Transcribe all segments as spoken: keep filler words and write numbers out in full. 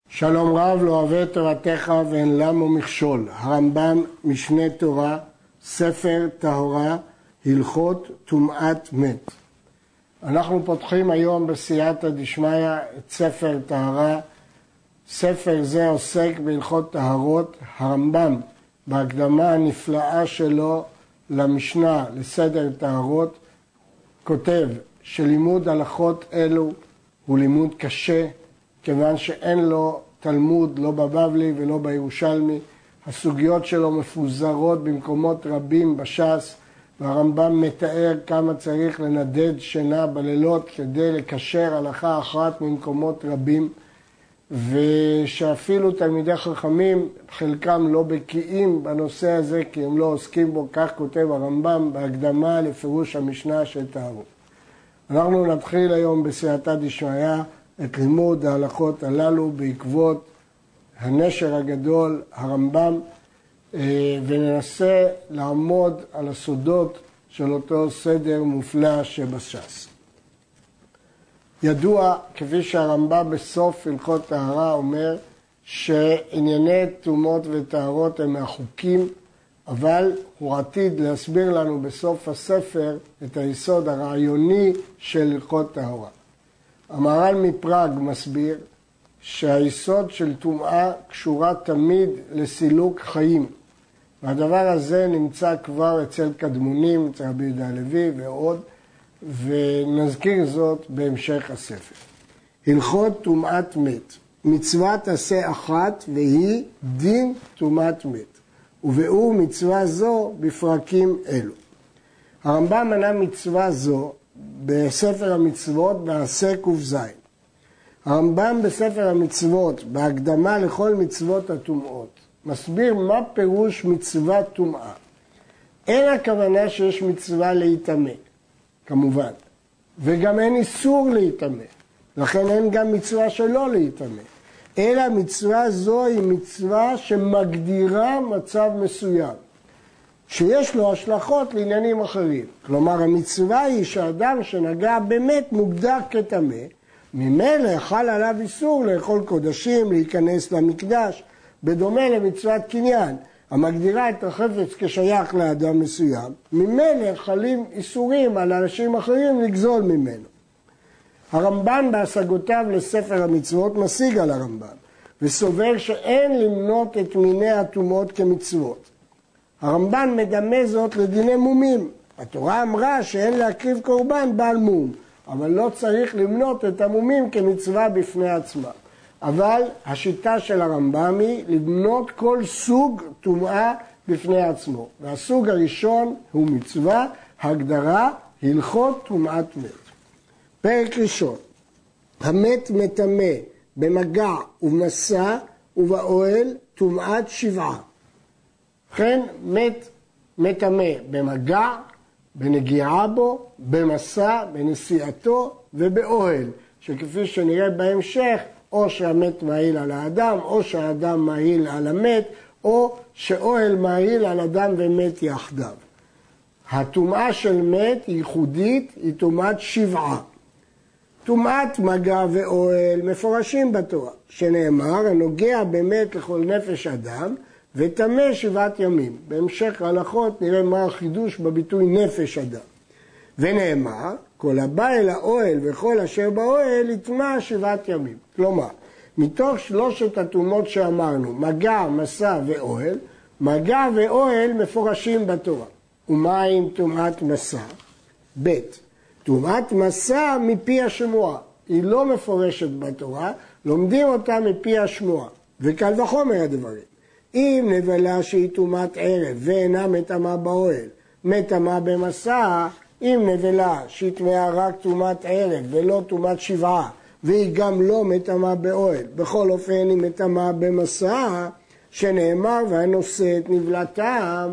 שלום רב, לא אוהב את תורתך ואין למו מכשול. הרמב"ם, משנה תורה, ספר טהרה, הלכות טומאת מת. אנחנו פותחים היום בסייעתא דשמיא את ספר טהרה. ספר זה עוסק בהלכות טהרות. הרמב"ם, בהקדמה הנפלאה שלו למשנה לסדר טהרות, כותב שלימוד הלכות אלו הוא לימוד קשה, כיוון שאין לו תלמוד, לא בבבלי ולא בירושלמי. הסוגיות שלו מפוזרות במקומות רבים בש"ס, והרמב"ם מתאר כמה צריך לנדד שינה בלילות כדי לקשר הלכה אחת ממקומות רבים, ושאפילו תלמידי חכמים, חלקם לא בקיאים בנושא הזה, כי הם לא עוסקים בו, כך כותב הרמב"ם בהקדמה לפירוש המשנה של טהרות. אנחנו נתחיל היום בסייעתא דשמיא את לימוד ההלכות הללו בעקבות הנשר הגדול, הרמב"ם, וננסה לעמוד על הסודות של אותו סדר מופלא שבש"ס. ידוע, כפי שהרמב"ם בסוף הלכות טהרה אומר, שענייני טומאות וטהרות הם מהחוקים, אבל הוא עתיד להסביר לנו בסוף הספר את היסוד הרעיוני של הלכות טהרה. המהר"ל מפראג מסביר שהיסוד של טומאה קשורה תמיד לסילוק חיים. והדבר הזה נמצא כבר אצל קדמונים, אצל רבי יהודה הלוי ועוד, ונזכיר זאת בהמשך הספר. הלכות טומאת מת. מצוות עשה אחת והיא דין טומאת מת. וביאור מצווה זו בפרקים אלו. הרמב"ם מנה מצווה זו בספר המצוות בעשה ק"ז. הרמב"ם בספר המצוות, בהקדמה לכל מצוות הטומאות, מסביר מה פירוש מצווה טומאה. אין הכוונה שיש מצווה להיטמא, כמובן, וגם אין איסור להיטמא, לכן אין גם מצווה שלא להיטמא, אלא מצווה זו היא מצווה שמגדירה מצב מסוים, שיש לו השלכות לעניינים אחרים. כלומר, המצווה היא שאדם שנגע באמת מוגדר כטמא, ממילא חל עליו איסור לאכול קודשים, להיכנס למקדש, בדומה למצוות קניין, המגדירה את החפץ כשייך לאדם מסוים, ממילא חלים איסורים על אנשים אחרים לגזול ממנו. הרמב"ן בהשגותיו לספר המצוות משיג על הרמב"ם, וסובר שאין למנות את מיני הטומאות כמצוות. הרמב"ן מדמה זאת לדיני מומים. התורה אמרה שאין להקריב קורבן בעל מום, אבל לא צריך למנות את המומים כמצווה בפני עצמה. אבל השיטה של הרמב"ם היא למנות כל סוג טומאה בפני עצמו. והסוג הראשון הוא מצווה, הגדרה, הלכות טומאת מת. פרק ראשון, המת מטמא במגע ובמסע ובאוהל טומאת שבעה. לכן מת מטמא במגע, בנגיעה בו, במסע, בנסיעתו ובאוהל, שכפי שנראה בהמשך, או שהמת מעיל על האדם, או שהאדם מעיל על המת, או שאוהל מעיל על אדם ומת יחדיו. הטומאה של מת היא ייחודית, היא טומאת שבעה. טומאת מגע ואוהל מפורשים בתורה, שנאמר, הנוגע באמת לכל נפש אדם, וטמא שבעת ימים. בהמשך ההלכות נראה מה החידוש בביטוי נפש אדם. ונאמר, כל הבא אל האוהל וכל אשר באוהל יטמא שבעת ימים. כלומר, מתוך שלושת הטומאות שאמרנו, מגע, מסע ואוהל, מגע ואוהל מפורשים בתורה. ומה עם טומאת מסע? ב' טומאת מסע מפי השמועה. היא לא מפורשת בתורה, לומדים אותה מפי השמועה. וקל וחומר הדברים. אם נבלה שהיא טומאת ערב ואינה מטמאה באוהל, מטמאה במסע, אם נבלה שהיא טמאה רק טומאת ערב ולא טומאת שבעה, והיא גם לא מטמאה באוהל, בכל אופן היא מטמאה במסע, שנאמר והנושא את נבלתם,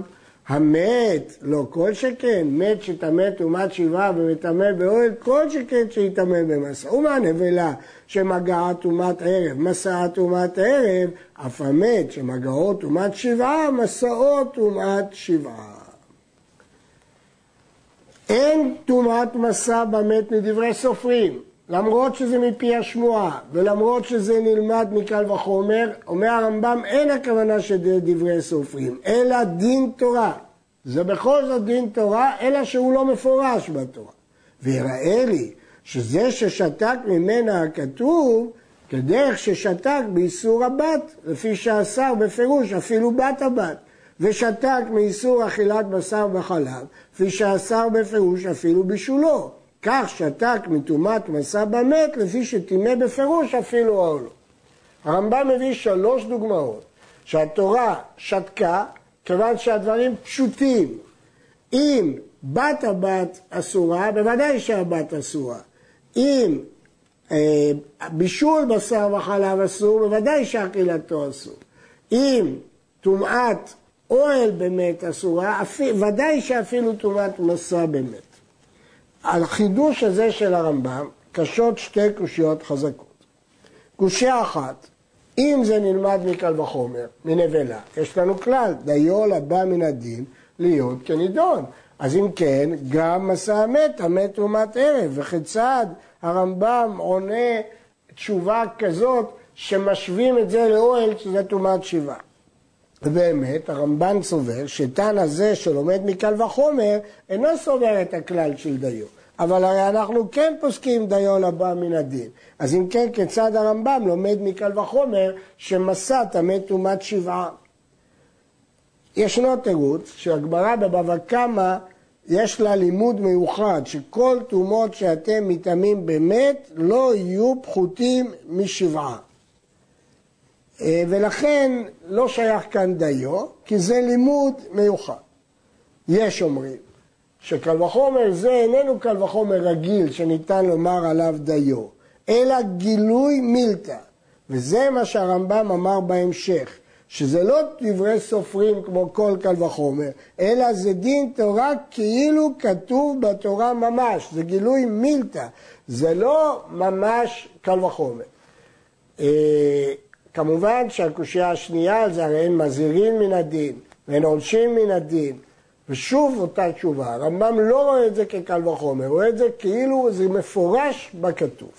המת, לא כל שכן, מת שטמא טומאת שבעה ומטמא באוהל, כל שכן שיטמא במסע. ומה נבלה שמגעה טומאת ערב, מסעה טומאת ערב, אף המת שמגעו טומאת שבעה, מסעו טומאת שבעה. אין טומאת מסע במת מדברי סופרים, למרות שזה מפי השמועה, ולמרות שזה נלמד מקל וחומר, אומר הרמב"ם, אין הכוונה שדברי סופרים, אלא דין תורה. זה בכל זאת דין תורה, אלא שהוא לא מפורש בתורה. ויראה לי שזה ששתק ממנה הכתוב, כדרך ששתק באיסור הבת, לפי שאסר בפירוש אפילו בת הבת. ושתק מאיסור אכילת בשר וחלב, לפי שאסר בפירוש אפילו בישולו. כך שתק מטומאת מסע במת, לפי שטימא בפירוש אפילו אהלו. הרמב"ם מביא שלוש דוגמאות, שהתורה שתקה, כיוון שהדברים פשוטים. אם בת הבת אסורה, בוודאי שהבת אסורה. אם אה, בישול בשר וחלב אסור, בוודאי שאכילתו אסור. אם טומאת אוהל במת אסורה, ודאי שאפילו טומאת מסע במת. על החידוש הזה של הרמב"ם קשות שתי קושיות חזקות. קושיה אחת, אם זה נלמד מקל וחומר, מנבלה, יש לנו כלל, דיו לבא מן הדין להיות כנידון. אז אם כן, גם מסע המת, המת תרומת ערב, וכיצד הרמב"ם עונה תשובה כזאת שמשווים את זה לאוהל שזה תרומת שבעה. ובאמת, הרמב"ן סובר שתן הזה שלומד מקל וחומר אינו סובר את הכלל של דיו. אבל הרי אנחנו כן פוסקים דיו לבא מן הדין. אז אם כן, כיצד הרמב"ם לומד מקל וחומר שמסע טמא טומאת שבעה? ישנו תירוץ שהגמרא בבבא קמא יש לה לימוד מיוחד, שכל טומאות שאתם מטמאים באמת לא יהיו פחותים משבעה. ולכן לא שייך כאן דיו, כי זה לימוד מיוחד. יש אומרים שקל וחומר זה איננו קל וחומר רגיל שניתן לומר עליו דיו, אלא גילוי מילתא. וזה מה שהרמב"ם אמר בהמשך, שזה לא דברי סופרים כמו כל קל וחומר, אלא זה דין תורה כאילו כתוב בתורה ממש, זה גילוי מילתא, זה לא ממש קל וחומר. כמובן שהקושיה השנייה זה הרי אין מזהירים מן הדין ואין עונשין מן הדין, ושוב אותה תשובה, הרמב"ם לא רואה את זה כקל וחומר, רואה את זה כאילו זה מפורש בכתוב.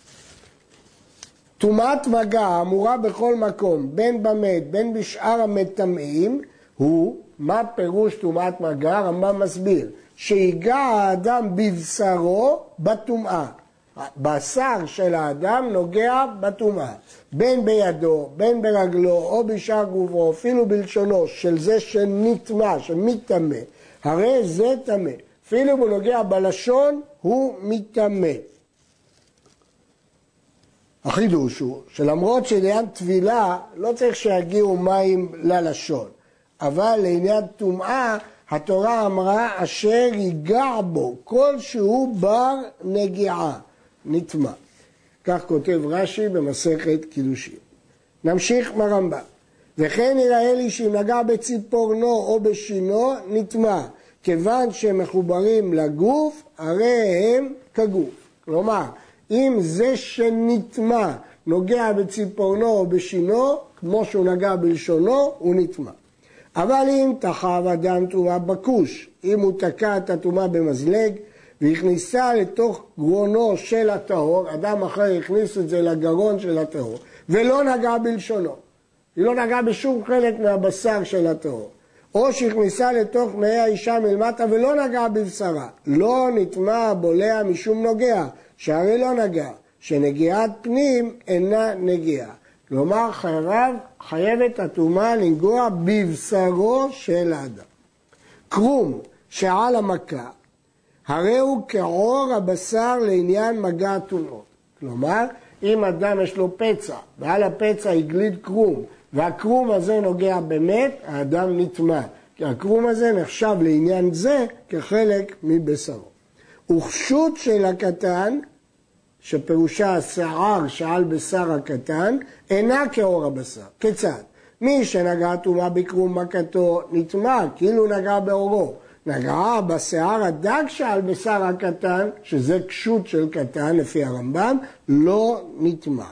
טומאת מגע אמורה בכל מקום, בין במת, בין בשאר המטמאים, הוא, מה פירוש טומאת מגע? הרמב"ם מסביר, שיגע האדם בבשרו בטומאה. בשר של האדם נוגע בטומאה, בין בידו, בין ברגלו, או בשאר גופו, אפילו בלשונו, של זה שנטמא, שמתטמא, הרי זה טמא. אפילו אם הוא נוגע בלשון, הוא מתטמא. החידוש הוא שלמרות שלעניין טבילה לא צריך שיגיעו מים ללשון, אבל לעניין טומאה התורה אמרה אשר ייגע בו כל שהוא בר נגיעה, נטמא. כך כותב רש"י במסכת קידושין. נמשיך ברמב"ם. וכן יראה לי שאם נגע בציפורנו או בשינו נטמא, כיוון שהם מחוברים לגוף, הרי הם כגוף. כלומר, אם זה שנטמא נוגע בציפורנו או בשינו, כמו שהוא נגע בלשונו, הוא נטמא. אבל אם תחב אדם טומאה בכוש, אם הוא תקע את הטומאה במזלג, והכניסה לתוך גרונו של הטהור, אדם אחר הכניס את זה לגרון של הטהור, ולא נגע בלשונו, היא לא נגעה בשום חלק מהבשר של הטהור, או שהכניסה לתוך מעי האישה מלמטה ולא נגעה בבשרה, לא נטמא בולע משום נוגע, שהרי לא נגע, שנגיעת פנים אינה נגיעה. כלומר, חייב, חייבת הטומאה לנגוע בבשרו של האדם. קרום שעל המכה, הרי הוא כעור הבשר לעניין מגע הטומאות. כלומר, אם אדם יש לו פצע, ועל הפצע הגליד קרום, והקרום הזה נוגע באמת, האדם נטמא. כי הקרום הזה נחשב לעניין זה כחלק מבשרו. וחשות של הקטן, שפירושה השיער שעל בשר הקטן, אינה כעור הבשר. כיצד? מי שנגע טומאה בקרום מכתו נטמא, כאילו נגע בעורו. נגעה בשיער הדק שעל בשר הקטן, שזה קשות של קטן לפי הרמב"ם, לא נטמא.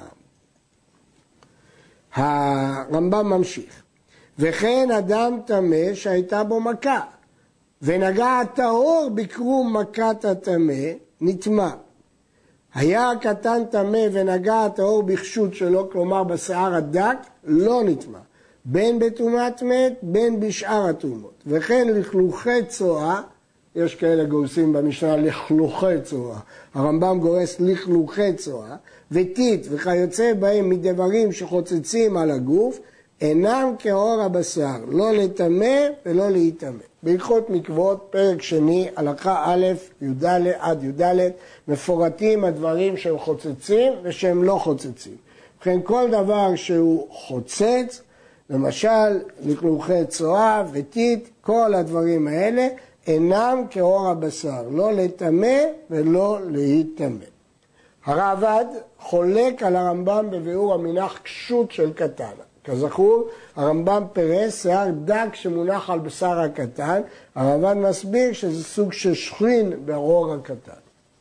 הרמב"ם ממשיך. וכן אדם טמא שהייתה בו מכה, ונגע הטהור בקרום מכת הטמא, נטמא. היה הקטן טמא ונגע הטהור בחשות שלו, כלומר בשיער הדק, לא נטמא. בין בטומאת מת, בין בשאר הטומאות. וכן לכלוכי צואה, יש כאלה גורסים במשנה לכלוכי צואה, הרמב"ם גורס לכלוכי צואה, וטיט וכיוצא בהם מדברים שחוצצים על הגוף, אינם כאור הבשר, לא לטמא ולא להיטמא. בהלכות מקוואות, פרק שני, הלכה א', י"ד עד י"ד, מפורטים הדברים שהם חוצצים ושהם לא חוצצים. וכן כל דבר שהוא חוצץ, למשל לכלוכי צואה וטיט, כל הדברים האלה אינם כאור הבשר, לא לטמא ולא להיטמא. הרעב"ד חולק על הרמב"ם בביאור המונח קשות של קטן. כזכור, הרמב"ם פירש שיער דק שמונח על בשר הקטן, הרעב"ד מסביר שזה סוג של שכין בעור הקטן.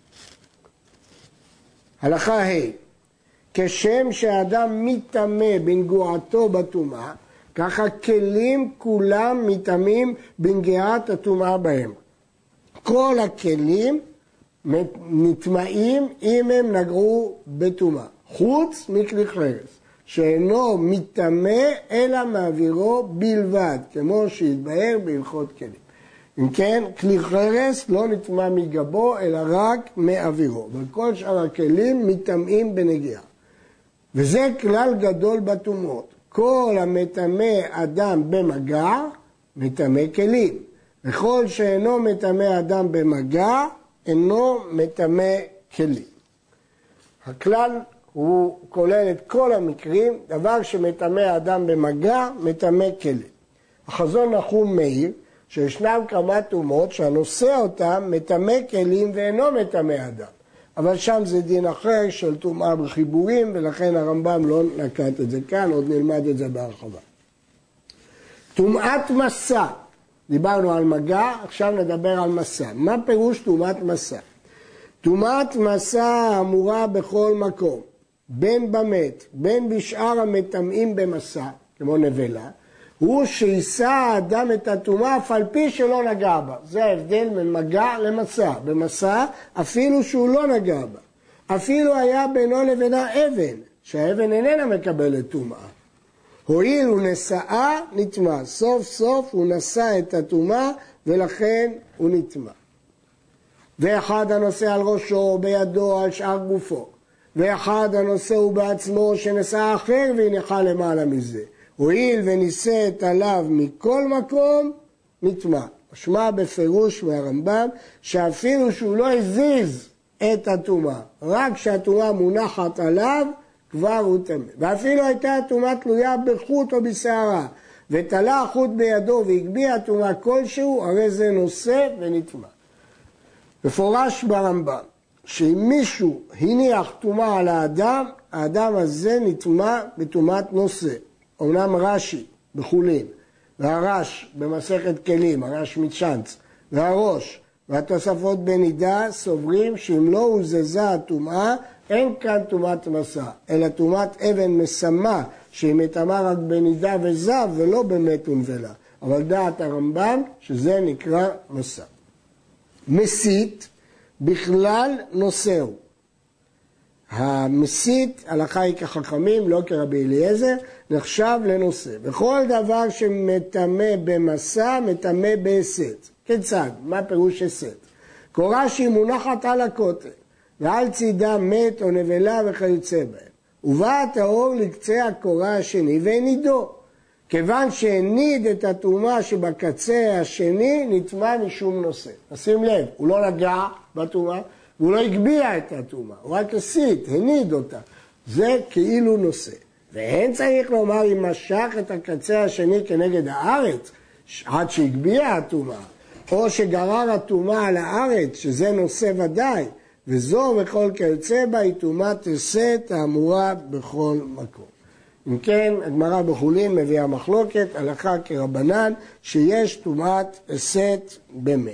הלכה ה' כשם שהאדם מטמא בנגועתו בטומאה, ככה כלים כולם מטמאים בנגיעת הטומאה בהם. כל הכלים נטמאים אם הם נגעו בטומאה, חוץ מכלי חרס, שאינו מטמא אלא מעבירו בלבד, כמו שהתבאר בהלכות כלים. אם כן, כלי חרס לא נטמא מגבו, אלא רק מעבירו, וכל שאר הכלים מטמאים בנגיעה. וזה כלל גדול בטומאות. כל המטמא אדם במגע, מטמא כלים. וכל שאינו מטמא אדם במגע, אינו מטמא כלים. הכלל הוא כולל את כל המקרים, דבר שמטמא אדם במגע, מטמא כלים. החזון נחום מאיר, שישנם כמה טומאות שהנושא אותם מטמא כלים ואינו מטמא אדם. אבל שם זה דין אחר של טומאה בחיבורים, ולכן הרמב"ם לא נקט את זה כאן, עוד נלמד את זה בהרחבה. טומאת מסע, דיברנו על מגע, עכשיו נדבר על מסע. מה פירוש טומאת מסע? טומאת מסע אמורה בכל מקום, בין במת, בין בשאר המטמאים במסע, כמו נבלה, הוא שישא האדם את הטומאה אף על פי שלא נגע בה. זה ההבדל בין מגע למסע. במסע אפילו שהוא לא נגע בה. אפילו היה בינו לבינה אבן, שהאבן איננה מקבלת טומאה. הואיל הוא נשאה, נטמא. סוף סוף הוא נשא את הטומאה ולכן הוא נטמא. ואחד הנושא על ראשו, בידו, על שאר גופו. ואחד הנושא הוא בעצמו שנשא אחר והניחה למעלה מזה. הואיל ונישאת עליו מכל מקום, נטמא. משמע בפירוש מהרמב"ם שאפילו שהוא לא הזיז את הטומאה, רק שהטומאה מונחת עליו, כבר הוא טמא. ואפילו הייתה הטומאה תלויה בחוט או בשערה, ותלה החוט בידו והגביה הטומאה כלשהו, הרי זה נושא ונטמא. מפורש ברמב"ם שאם מישהו הניח טומאה על האדם, האדם הזה נטמא בטומאת נושא. אומנם רש"י בחולין, והרש במסכת כלים, הרש מצ'אנץ, והראש והתוספות בנידה סוברים שאם לא הוזזה הטומאה, אין כאן טומאת מסע, אלא טומאת אבן מסמה, שהיא מטמאה רק בנידה וזב ולא באמת ונבלה. אבל דעת הרמב"ם שזה נקרא מסע. מסית בכלל נושאו. המסית, הלכה היא כחכמים, לא כרבי אליעזר, נחשב לנושא. וכל דבר שמטמא במסע, מטמא בהסת. כיצד? מה פירוש הסת? קורה שהיא מונחת על הכותל, ועל צידה מת או נבלה וכיוצא בהם. ובא הטהור לקצה הקורה השני והנידו. כיוון שהניד את הטומאה שבקצה השני, נטמא משום נושא. נשים לב, הוא לא נגע בטומאה, והוא לא הגביה את הטומאה, הוא רק הסית, הניד אותה. זה כאילו נושא. ואין צריך לומר אם משך את הקצה השני כנגד הארץ, עד שהגביה הטומאה, או שגרר הטומאה על הארץ, שזה נושא ודאי, וזו וכל כיוצא בה היא טומאת הסת האמורה בכל מקום. אם כן, הגמרא בחולין מביאה מחלוקת, הלכה כרבנן, שיש טומאת הסת במת.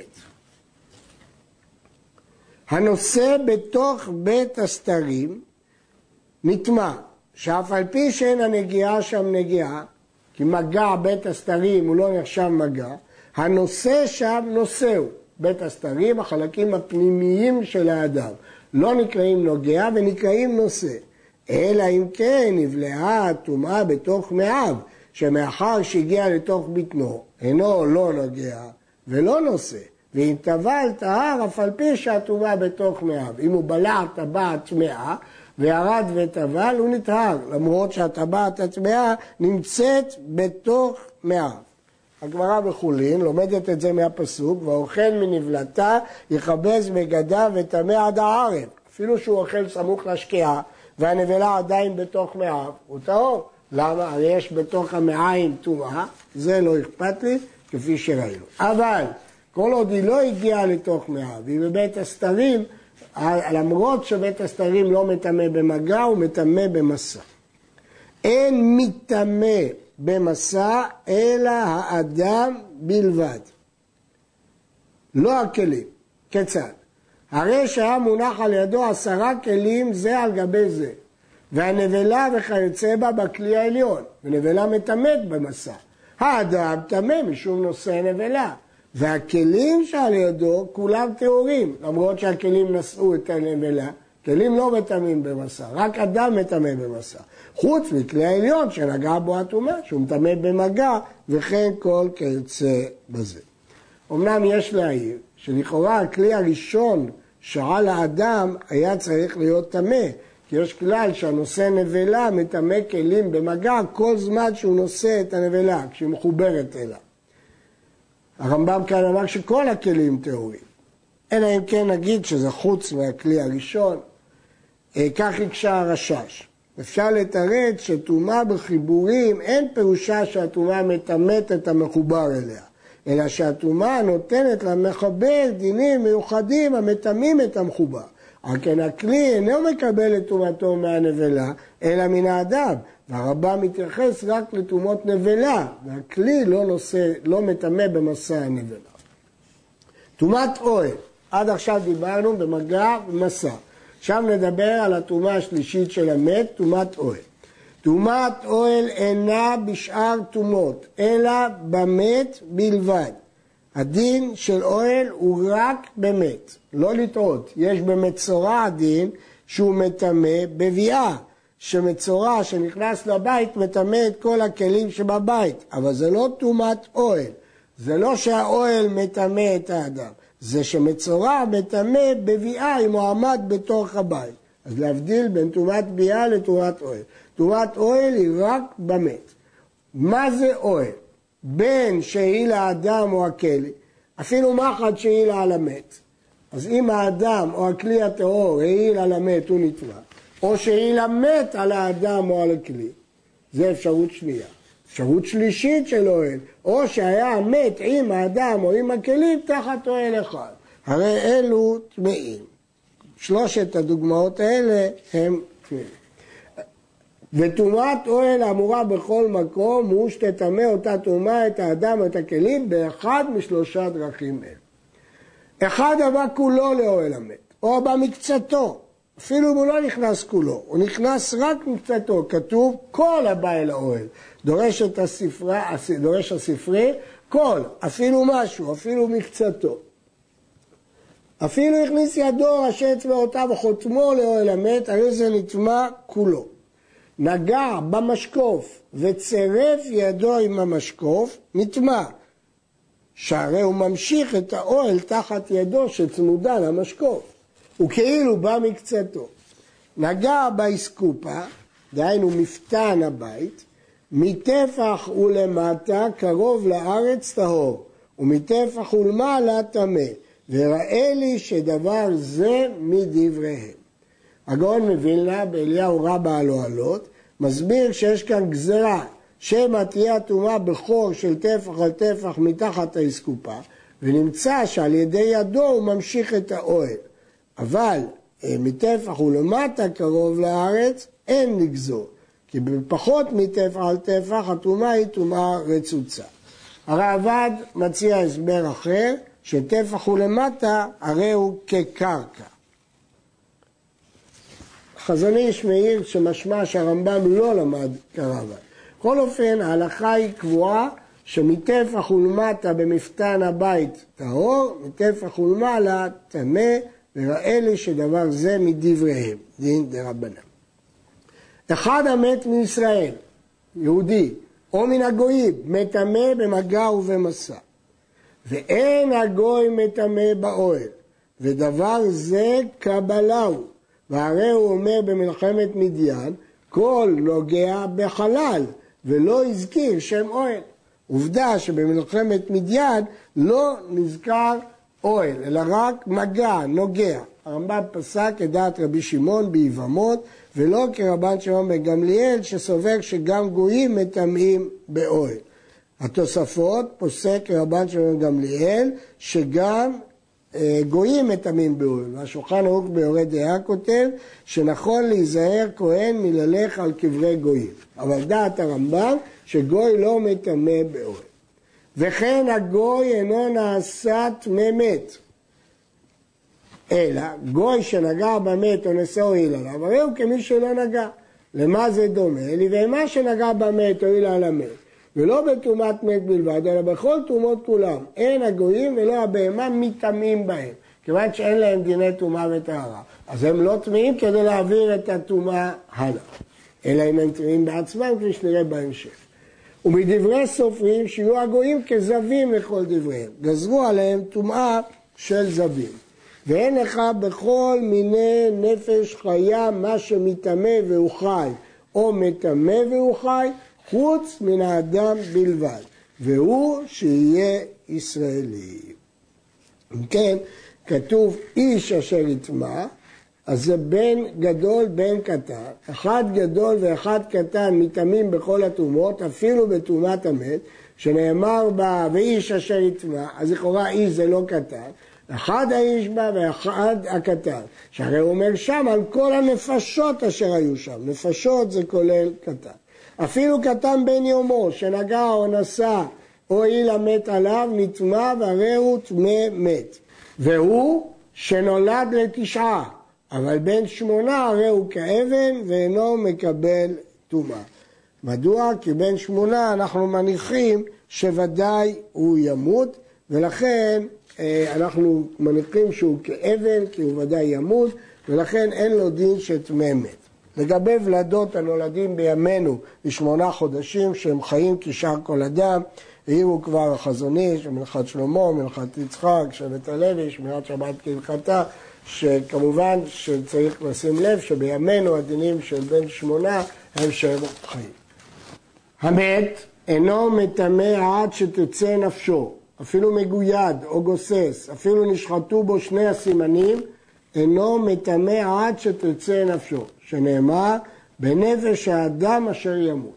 הנושא בתוך בית הסתרים נטמא, שאף על פי שאין הנגיעה שם נגיעה, כי מגע בית הסתרים הוא לא נחשב מגע, הנושא שם נושאו. בית הסתרים, החלקים הפנימיים של האדם. לא נקראים נוגע ונקראים נושא. אלא אם כן נבלעה טומאה בתוך מאיו, שמאחר שהגיע לתוך בטנו, אינו לא נוגע ולא נושא, ואם טבל טהר אף על פי שהטומאה בתוך מאיו. אם הוא בלע טבעת טמאה וירד וטבל, הוא נטהר, למרות שהטבעת הטמאה נמצאת בתוך מאיו. הגמרא בחולין לומדת את זה מהפסוק, והאוכל מנבלתה יכבס בגדיו וטמא עד הערב. אפילו שהוא אוכל סמוך לשקיעה והנבלה עדיין בתוך מאיו, הוא טהור. למה? הרי יש בתוך המעיים טומאה, זה לא אכפת לי, כפי שראינו. אבל כל עוד היא לא הגיעה לתוך מאיו, והיא בבית הסתרים, למרות שבית הסתרים לא מטמא במגע, הוא מטמא במסע. אין מטמא במסע אלא האדם בלבד, לא הכלים. כיצד? הרי שהיה מונח על ידו עשרה כלים זה על גבי זה, והנבלה וכיוצא בה בכלי העליון, ונבלה מטמאת במסע. האדם טמא משום נושא נבלה, והכלים שעל ידו כולם טהורים, למרות שהכלים נשאו את הנבלה, כלים לא מטמאים במסע, רק אדם מטמא במסע. חוץ מכלי העליון שנגע בו הטומאה, שהוא מטמא במגע, וכן כל כיוצא בזה. אמנם יש להעיר שלכאורה הכלי הראשון שעל האדם היה צריך להיות טמא, כי יש כלל שהנושא נבלה מטמא כלים במגע כל זמן שהוא נושא את הנבלה, כשהיא מחוברת אליו. הרמב"ם כאן אמר שכל הכלים טהורים. אלא אם כן נגיד שזה חוץ מהכלי הראשון, כך הקשה הרשש. אפשר לתרד שטומאה בחיבורים אין פירושה שהטומאה מטמאת את המחובר אליה, אלא שהטומאה נותנת למחבר דינים מיוחדים המטמאים את המחובר. על כן הכלי אינו מקבל את טומאתו מהנבלה, אלא מן האדם. והרמב"ם מתייחס רק לטומאות נבלה, והכלי לא נושא, לא מטמא במסע הנבלה. טומאת אוהל, עד עכשיו דיברנו במגע ומסע. עכשיו נדבר על הטומאה השלישית של המת, טומאת אוהל. טומאת אוהל אינה בשאר טומאות, אלא במת בלבד. הדין של אוהל הוא רק במת, לא לטעות. יש במצורע הדין שהוא מטמא בביאה, שמצורע שנכנס לבית מטמא את כל הכלים שבבית, אבל זה לא טומאת אוהל. זה לא שהאוהל מטמא את האדם, זה שמצורע מטמא בביאה אם הוא עמד בתוך הבית. אז להבדיל בין טומאת ביאה לטומאת אוהל. טומאת אוהל היא רק במת. מה זה אוהל? בין שהיא לאדם או הכלי, אפילו מחט שהיא לה על המת. אז אם האדם או הכלי הטהור העיל על המת הוא נטמא, או שהעיל המת על האדם או על הכלי, זה אפשרות שנייה. אפשרות שלישית של אוהל, או שהיה המת עם האדם או עם הכלים תחת אוהל אחד. הרי אלו טמאים. שלושת הדוגמאות האלה הם טמאים. וטומאת אוהל האמורה בכל מקום הוא שתטמא אותה טומאה את האדם ואת הכלים באחד משלושה דרכים אלה. אחד הבא כולו לאוהל המת, או הבא מקצתו, אפילו אם הוא לא נכנס כולו, הוא נכנס רק מקצתו, כתוב כל הבא אל האוהל. דורש, את הספרה, דורש הספרי כל, אפילו משהו, אפילו מקצתו. אפילו הכניס ידו ראשי אצבעותיו וחותמו לאוהל המת, הרי זה נטמא כולו. נגע במשקוף וצירף ידו עם המשקוף, נטמא. שהרי הוא ממשיך את האוהל תחת ידו שצמודה למשקוף. הוא כאילו בא מקצתו. נגע באסקופה, דהיינו מפתן הבית, מטפח ולמטה קרוב לארץ טהור, ומטפח ולמעלה טמא, וראה לי שדבר זה מדבריהם. הגאון מווילנה באליהו רבה על אוהלות, מסביר שיש כאן גזרה, שמא תהיה הטומאה בחור של טפח על טפח מתחת האסקופה, ונמצא שעל ידי ידו הוא ממשיך את האוהל. אבל מטפח ולמטה קרוב לארץ אין לגזור, כי בפחות מטפח על טפח הטומאה היא טומאה רצוצה. הרעב"ד מציע הסבר אחר, שטפח ולמטה הרי הוא כקרקע. חזון איש מעיר שמשמע שהרמב"ם לא למד כרעב"ד. בכל אופן, ההלכה היא קבועה שמטפח ולמטה במפתן הבית טהור, מטפח ולמעלה טמא, וראה לי שדבר זה מדבריהם, דין דרבנן. אחד המת מישראל, יהודי, או מן הגויים, מטמא במגע ובמסע, ואין הגוי מטמא באוהל, ודבר זה קבלהו, והרי הוא אומר במלחמת מדיין, כל נוגע בחלל, ולא הזכיר שם אוהל. עובדה שבמלחמת מדיין לא נזכר אוהל, אלא רק מגע, נוגע. הרמב"ם פסק כדעת רבי שמעון ביבמות, ולא כרבן שמעון בן גמליאל, שסובר שגם גויים מטמאים באוהל. התוספות פוסק כרבן שמעון בן גמליאל, שגם אה, גויים מטמאים באוהל. והשולחן ערוך ביורה דעה כותב, שנכון להיזהר כהן מללך על קברי גויים. אבל דעת הרמב"ם, שגוי לא מטמא באוהל. וכן הגוי אינו נעשה טמא מת. אלא גוי שנגע במת או נשא הועיל עליו, הרי הוא כמי שלא נגע. למה זה דומה? לבהמה שנגע במת הועיל על המת. ולא בטומאת מת בלבד, אלא בכל טומאות כולם. אין הגויים ולא הבהמה מטמאים בהם. כיוון שאין להם דיני טומאה וטהרה. אז הם לא טמאים כדי להעביר את הטומאה הלאה. אלא אם הם טמאים בעצמם, כפי שנראה בהמשך. ומדברי סופרים שיהיו הגויים כזבים לכל דבריהם. גזרו עליהם טומאה של זבים. ואין לך בכל מיני נפש חיה מה שמטמא והוא חי, או מטמא והוא חי, חוץ מן האדם בלבד, והוא שיהיה ישראלי. אם כן, כתוב איש אשר יטמא, אז זה בן גדול, בן קטן. אחד גדול ואחד קטן מטמאים בכל הטומאות, אפילו בטומאת המת, שנאמר בה ואיש אשר יטמא, אז לכאורה איש זה לא קטן, אחד האיש בה ואחד הקטן. שהרי הוא אומר שם על כל הנפשות אשר היו שם, נפשות זה כולל קטן. אפילו קטן בן יומו, שנגע או נשא או העיל המת עליו, נטמא והרי הוא טמא מת. והוא שנולד לתשעה, אבל בן שמונה הרי הוא כאבן ואינו מקבל טומאה. מדוע? כי בן שמונה אנחנו מניחים שוודאי הוא ימות, ולכן אנחנו מניחים שהוא כאבן, כי הוא ודאי ימות, ולכן אין לו דין שטמא מת. לגבי ולדות הנולדים בימינו לשמונה חודשים, שהם חיים כשאר כל אדם, העירו כבר החזון איש, מלכת שלמה, מלכת יצחק, שבט הלוי, שמירת שבת כהלכתה, שכמובן שצריך לשים לב שבימינו הדינים של בן שמונה הם שהם חיים. המת אינו מטמא עד שתצא נפשו, אפילו מגויד או גוסס, אפילו נשחטו בו שני הסימנים, אינו מטמא עד שתצא נפשו, שנאמר בנפש האדם אשר ימות.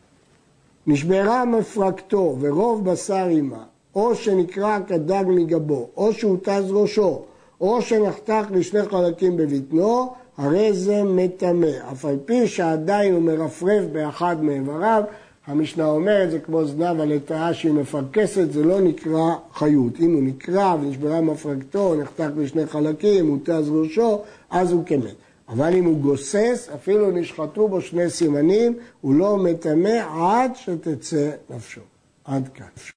נשברה מפרקתו ורוב בשר עמה, או שנקרע כדג מגבו, או שהותז ראשו, או שנחתך לשני חלקים בבטנו, הרי זה מטמא. אף על פי שעדיין הוא מרפרף באחד מאיבריו, המשנה אומרת, זה כמו זנב על לטאה שהיא מפרקסת, זה לא נקרא חיות. אם הוא נקרע ונשברה מפרקתו, נחתך לשני חלקים, הותז ראשו, אז הוא כמת. אבל אם הוא גוסס, אפילו נשחטו בו שני סימנים, הוא לא מטמא עד שתצא נפשו. עד כאן.